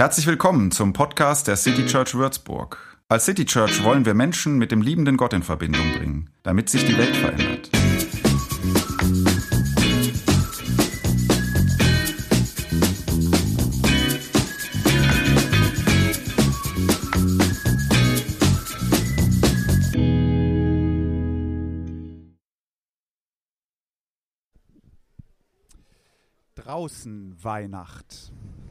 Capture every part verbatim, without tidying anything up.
Herzlich willkommen zum Podcast der City Church Würzburg. Als City Church wollen wir Menschen mit dem liebenden Gott in Verbindung bringen, damit sich die Welt verändert. Draußen Weihnacht.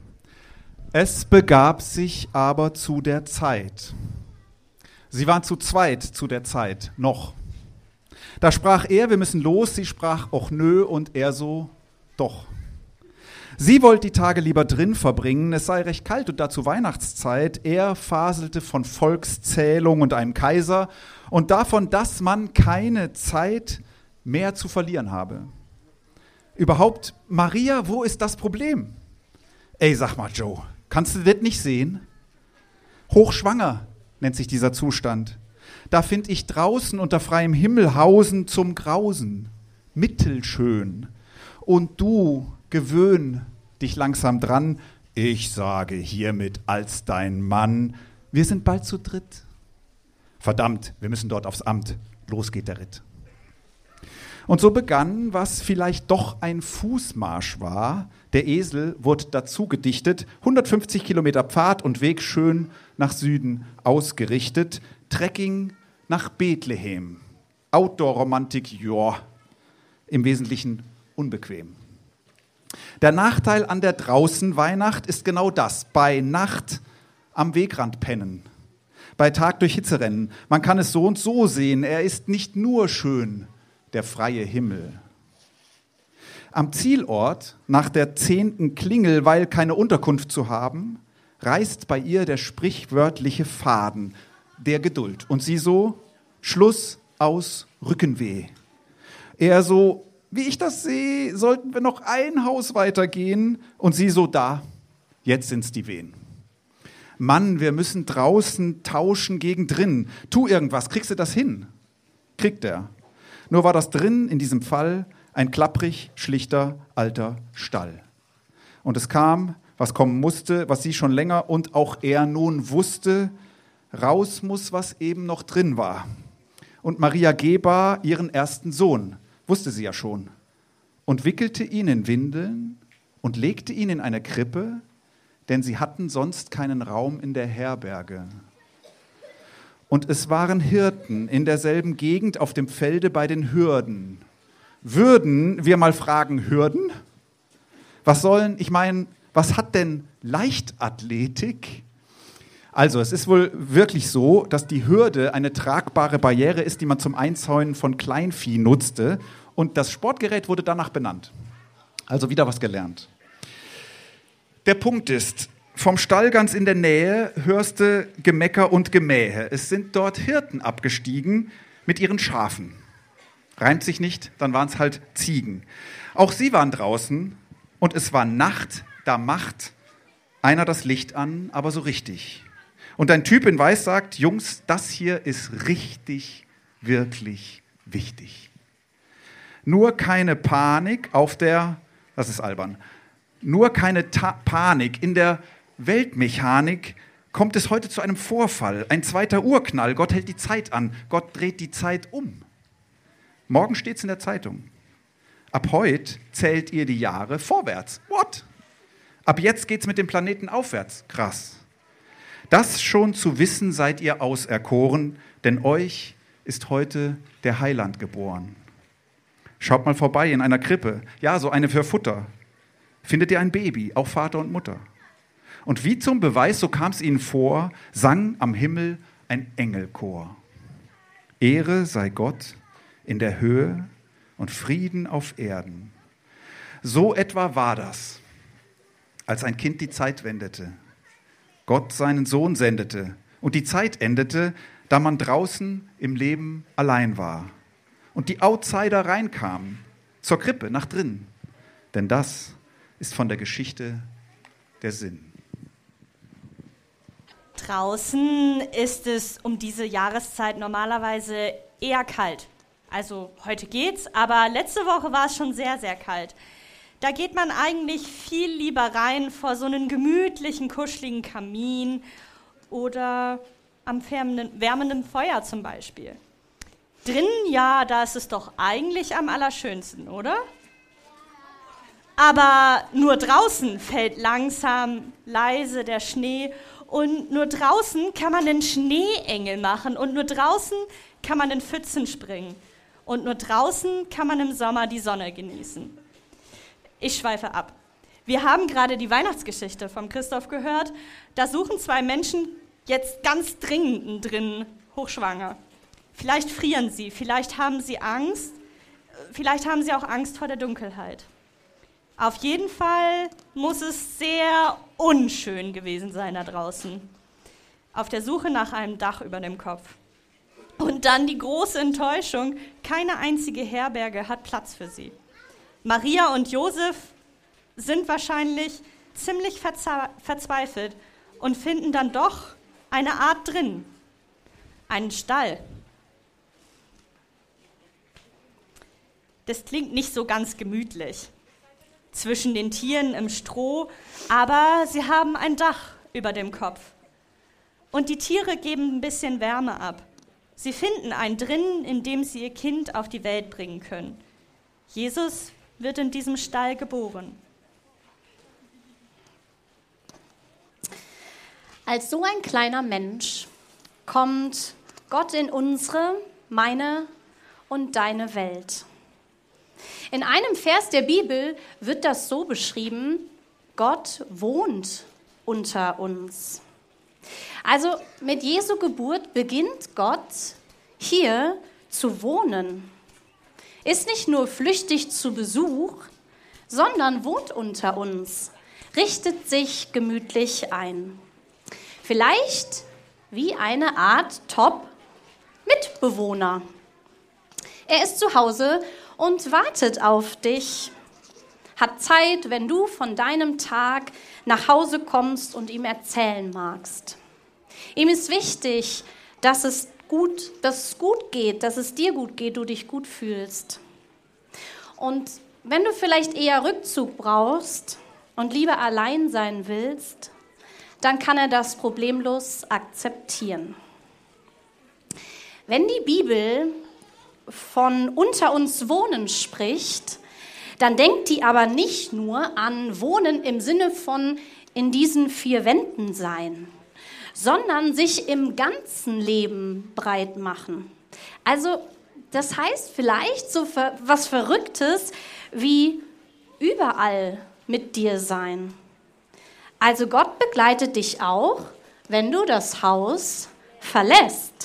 Es begab sich aber zu der Zeit. Sie waren zu zweit zu der Zeit, noch. Da sprach er, wir müssen los, sie sprach, och nö, und er so, doch. Sie wollte die Tage lieber drin verbringen, es sei recht kalt und dazu Weihnachtszeit. Er faselte von Volkszählung und einem Kaiser und davon, dass man keine Zeit mehr zu verlieren habe. Überhaupt, Maria, wo ist das Problem? Ey, sag mal, Joe, kannst du das nicht sehen? Hochschwanger nennt sich dieser Zustand. Da find ich draußen unter freiem Himmel hausen zum Grausen. Mittelschön. Und du, gewöhn dich langsam dran. Ich sage hiermit als dein Mann, wir sind bald zu dritt. Verdammt, wir müssen dort aufs Amt. Los geht der Ritt. Und so begann, was vielleicht doch ein Fußmarsch war. Der Esel wurde dazu gedichtet, hundertfünfzig Kilometer Pfad und Weg schön nach Süden ausgerichtet. Trekking nach Bethlehem. Outdoor-Romantik, ja, im Wesentlichen unbequem. Der Nachteil an der Draußen-Weihnacht ist genau das, bei Nacht am Wegrand pennen, bei Tag durch Hitze rennen. Man kann es so und so sehen, er ist nicht nur schön, der freie Himmel. Am Zielort, nach der zehnten Klingel, weil keine Unterkunft zu haben, reißt bei ihr der sprichwörtliche Faden der Geduld. Und sie so, Schluss, aus, Rückenweh. Er so, wie ich das sehe, sollten wir noch ein Haus weitergehen. Und sie so, da, jetzt sind's die Wehen. Mann, wir müssen draußen tauschen gegen drin. Tu irgendwas, kriegst du das hin? Kriegt er. Nur war das drin, in diesem Fall, ein klapprig, schlichter, alter Stall. Und es kam, was kommen musste, was sie schon länger und auch er nun wusste, raus muss, was eben noch drin war. Und Maria gebar ihren ersten Sohn, wusste sie ja schon, und wickelte ihn in Windeln und legte ihn in eine Krippe, denn sie hatten sonst keinen Raum in der Herberge. Und es waren Hirten in derselben Gegend auf dem Felde bei den Hürden. Würden wir mal fragen, Hürden? Was sollen, ich meine, was hat denn Leichtathletik? Also es ist wohl wirklich so, dass die Hürde eine tragbare Barriere ist, die man zum Einzäunen von Kleinvieh nutzte. Und das Sportgerät wurde danach benannt. Also wieder was gelernt. Der Punkt ist, vom Stall ganz in der Nähe hörst du Gemecker und Gemähe. Es sind dort Hirten abgestiegen mit ihren Schafen. Reimt sich nicht, dann waren es halt Ziegen. Auch sie waren draußen und es war Nacht, da macht einer das Licht an, aber so richtig. Und ein Typ in Weiß sagt, Jungs, das hier ist richtig, wirklich wichtig. Nur keine Panik auf der, das ist albern, nur keine Ta- Panik in der Weltmechanik kommt es heute zu einem Vorfall, ein zweiter Urknall. Gott hält die Zeit an, Gott dreht die Zeit um. Morgen steht es in der Zeitung. Ab heute zählt ihr die Jahre vorwärts. What? Ab jetzt geht's mit dem Planeten aufwärts. Krass. Das schon zu wissen seid ihr auserkoren, denn euch ist heute der Heiland geboren. Schaut mal vorbei in einer Krippe, ja, so eine für Futter. Findet ihr ein Baby, auch Vater und Mutter. Und wie zum Beweis, so kam es ihnen vor, sang am Himmel ein Engelchor. Ehre sei Gott in der Höhe und Frieden auf Erden. So etwa war das, als ein Kind die Zeit wendete, Gott seinen Sohn sendete und die Zeit endete, da man draußen im Leben allein war und die Outsider reinkamen, zur Krippe, nach drinnen. Denn das ist von der Geschichte der Sinn. Draußen ist es um diese Jahreszeit normalerweise eher kalt. Also heute geht's, aber letzte Woche war es schon sehr, sehr kalt. Da geht man eigentlich viel lieber rein vor so einen gemütlichen, kuscheligen Kamin oder am wärmenden, wärmenden Feuer zum Beispiel. Drinnen, ja, da ist es doch eigentlich am allerschönsten, oder? Aber nur draußen fällt langsam, leise der Schnee und nur draußen kann man einen Schneeengel machen und nur draußen kann man in Pfützen springen und nur draußen kann man im Sommer die Sonne genießen. Ich schweife ab. Wir haben gerade die Weihnachtsgeschichte vom Christoph gehört. Da suchen zwei Menschen jetzt ganz dringend drin hochschwanger. Vielleicht frieren sie, vielleicht haben sie Angst, vielleicht haben sie auch Angst vor der Dunkelheit. Auf jeden Fall muss es sehr unschön gewesen sein da draußen. Auf der Suche nach einem Dach über dem Kopf. Und dann die große Enttäuschung, keine einzige Herberge hat Platz für sie. Maria und Josef sind wahrscheinlich ziemlich verze- verzweifelt und finden dann doch eine Art drin, einen Stall. Das klingt nicht so ganz gemütlich. Zwischen den Tieren im Stroh, aber sie haben ein Dach über dem Kopf. Und die Tiere geben ein bisschen Wärme ab. Sie finden ein Drinnen, in dem sie ihr Kind auf die Welt bringen können. Jesus wird in diesem Stall geboren. Als so ein kleiner Mensch kommt Gott in unsere, meine und deine Welt. In einem Vers der Bibel wird das so beschrieben: Gott wohnt unter uns. Also mit Jesu Geburt beginnt Gott hier zu wohnen. Ist nicht nur flüchtig zu Besuch, sondern wohnt unter uns, richtet sich gemütlich ein. Vielleicht wie eine Art Top-Mitbewohner. Er ist zu Hause und wartet auf dich, hat Zeit, wenn du von deinem Tag nach Hause kommst und ihm erzählen magst. Ihm ist wichtig, dass es gut, dass es gut geht, dass es dir gut geht, du dich gut fühlst. Und wenn du vielleicht eher Rückzug brauchst und lieber allein sein willst, dann kann er das problemlos akzeptieren. Wenn die Bibel von unter uns wohnen spricht, dann denkt die aber nicht nur an Wohnen im Sinne von in diesen vier Wänden sein, sondern sich im ganzen Leben breit machen. Also das heißt vielleicht so was Verrücktes wie überall mit dir sein. Also Gott begleitet dich auch, wenn du das Haus verlässt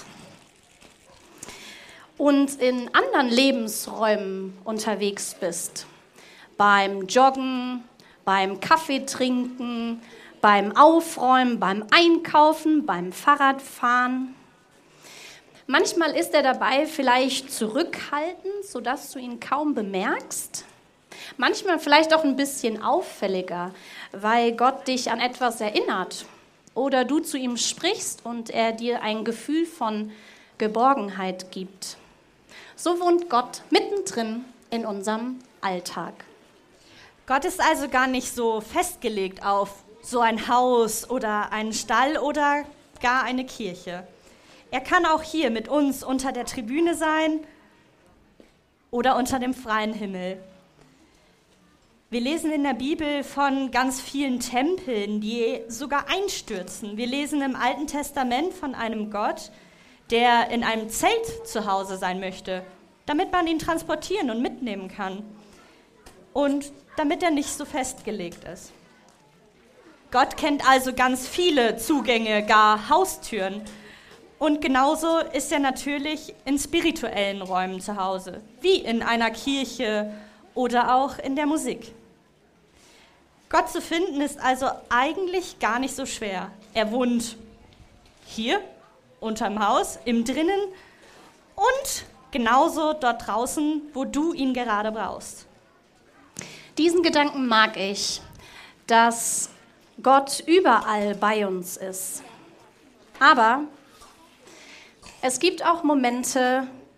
und in anderen Lebensräumen unterwegs bist. Beim Joggen, beim Kaffee trinken, beim Aufräumen, beim Einkaufen, beim Fahrradfahren. Manchmal ist er dabei vielleicht zurückhaltend, sodass du ihn kaum bemerkst. Manchmal vielleicht auch ein bisschen auffälliger, weil Gott dich an etwas erinnert oder du zu ihm sprichst und er dir ein Gefühl von Geborgenheit gibt. So wohnt Gott mittendrin in unserem Alltag. Gott ist also gar nicht so festgelegt auf so ein Haus oder einen Stall oder gar eine Kirche. Er kann auch hier mit uns unter der Tribüne sein oder unter dem freien Himmel. Wir lesen in der Bibel von ganz vielen Tempeln, die sogar einstürzen. Wir lesen im Alten Testament von einem Gott, der in einem Zelt zu Hause sein möchte, damit man ihn transportieren und mitnehmen kann und damit er nicht so festgelegt ist. Gott kennt also ganz viele Zugänge, gar Haustüren. Und genauso ist er natürlich in spirituellen Räumen zu Hause, wie in einer Kirche oder auch in der Musik. Gott zu finden ist also eigentlich gar nicht so schwer. Er wohnt hier, unterm Haus, im Drinnen und genauso dort draußen, wo du ihn gerade brauchst. Diesen Gedanken mag ich, dass Gott überall bei uns ist. Aber es gibt auch Momente,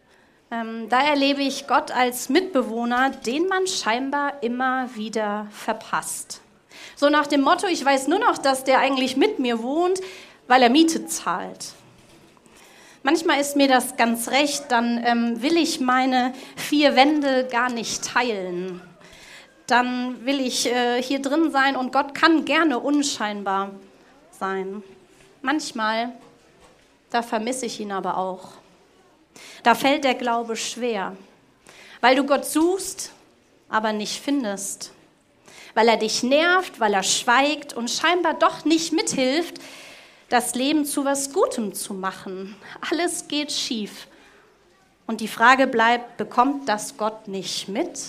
Ähm, da erlebe ich Gott als Mitbewohner, den man scheinbar immer wieder verpasst. So nach dem Motto, ich weiß nur noch, dass der eigentlich mit mir wohnt, weil er Miete zahlt. Manchmal ist mir das ganz recht, dann ähm, will ich meine vier Wände gar nicht teilen. Dann will ich äh, hier drin sein und Gott kann gerne unscheinbar sein. Manchmal, da vermisse ich ihn aber auch. Da fällt der Glaube schwer, weil du Gott suchst, aber nicht findest. Weil er dich nervt, weil er schweigt und scheinbar doch nicht mithilft, das Leben zu was Gutem zu machen. Alles geht schief. Und die Frage bleibt, bekommt das Gott nicht mit?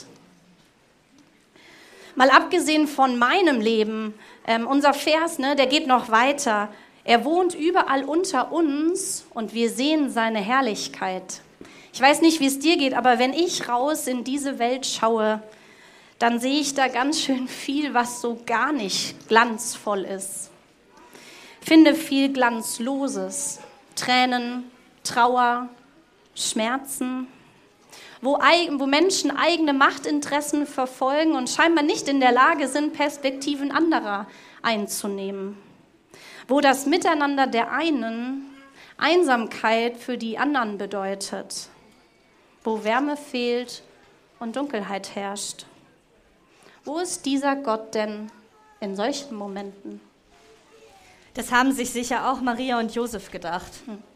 Mal abgesehen von meinem Leben, ähm, unser Vers, ne, der geht noch weiter. Er wohnt überall unter uns und wir sehen seine Herrlichkeit. Ich weiß nicht, wie es dir geht, aber wenn ich raus in diese Welt schaue, dann sehe ich da ganz schön viel, was so gar nicht glanzvoll ist. Finde viel Glanzloses, Tränen, Trauer, Schmerzen, wo, wo Menschen eigene Machtinteressen verfolgen und scheinbar nicht in der Lage sind, Perspektiven anderer einzunehmen. Wo das Miteinander der einen Einsamkeit für die anderen bedeutet. Wo Wärme fehlt und Dunkelheit herrscht. Wo ist dieser Gott denn in solchen Momenten? Das haben sich sicher auch Maria und Josef gedacht.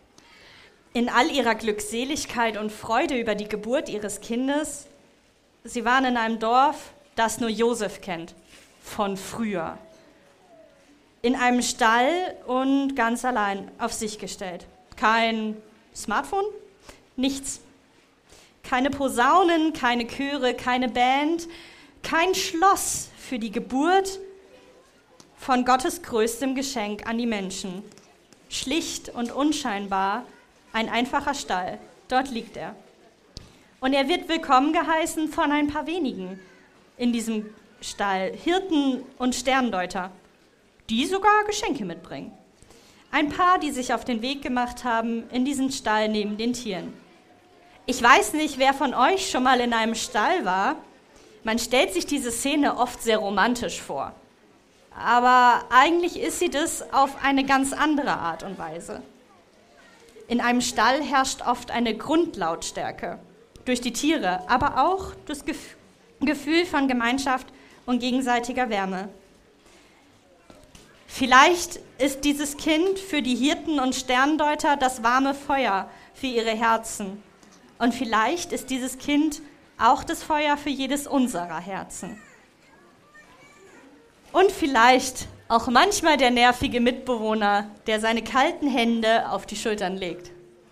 In all ihrer Glückseligkeit und Freude über die Geburt ihres Kindes, sie waren in einem Dorf, das nur Josef kennt, von früher. In einem Stall und ganz allein auf sich gestellt. Kein Smartphone, nichts. Keine Posaunen, keine Chöre, keine Band, kein Schloss für die Geburt von Gottes größtem Geschenk an die Menschen. Schlicht und unscheinbar ein einfacher Stall. Dort liegt er. Und er wird willkommen geheißen von ein paar wenigen in diesem Stall. Hirten und Sterndeuter, die sogar Geschenke mitbringen. Ein paar, die sich auf den Weg gemacht haben in diesen Stall neben den Tieren. Ich weiß nicht, wer von euch schon mal in einem Stall war. Man stellt sich diese Szene oft sehr romantisch vor. Aber eigentlich ist sie das auf eine ganz andere Art und Weise. In einem Stall herrscht oft eine Grundlautstärke durch die Tiere, aber auch das Gef- Gefühl von Gemeinschaft und gegenseitiger Wärme. Vielleicht ist dieses Kind für die Hirten und Sterndeuter das warme Feuer für ihre Herzen. Und vielleicht ist dieses Kind auch das Feuer für jedes unserer Herzen. Und vielleicht auch manchmal der nervige Mitbewohner, der seine kalten Hände auf die Schultern legt.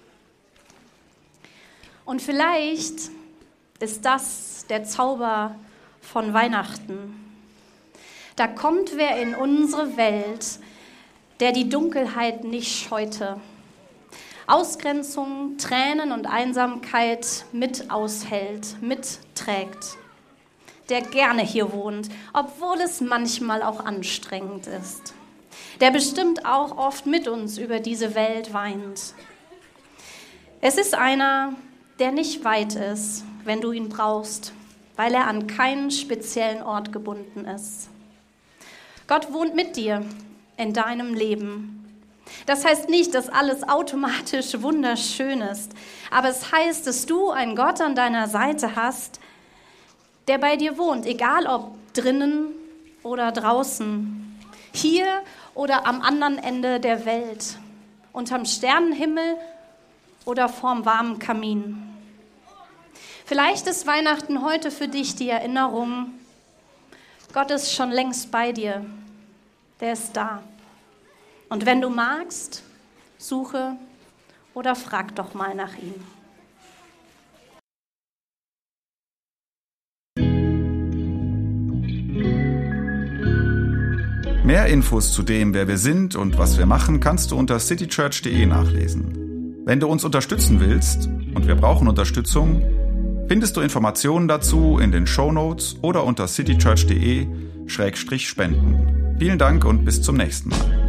Und vielleicht ist das der Zauber von Weihnachten. Da kommt wer in unsere Welt, der die Dunkelheit nicht scheute. Ausgrenzung, Tränen und Einsamkeit mit aushält, mitträgt. Der gerne hier wohnt, obwohl es manchmal auch anstrengend ist. Der bestimmt auch oft mit uns über diese Welt weint. Es ist einer, der nicht weit ist, wenn du ihn brauchst, weil er an keinen speziellen Ort gebunden ist. Gott wohnt mit dir in deinem Leben. Das heißt nicht, dass alles automatisch wunderschön ist, aber es heißt, dass du einen Gott an deiner Seite hast, der bei dir wohnt, egal ob drinnen oder draußen, hier oder am anderen Ende der Welt, unterm Sternenhimmel oder vorm warmen Kamin. Vielleicht ist Weihnachten heute für dich die Erinnerung, Gott ist schon längst bei dir, der ist da. Und wenn du magst, suche oder frag doch mal nach ihm. Mehr Infos zu dem, wer wir sind und was wir machen, kannst du unter citychurch punkt de nachlesen. Wenn du uns unterstützen willst, und wir brauchen Unterstützung, findest du Informationen dazu in den Shownotes oder unter citychurch punkt de Schrägstrich spenden. Vielen Dank und bis zum nächsten Mal.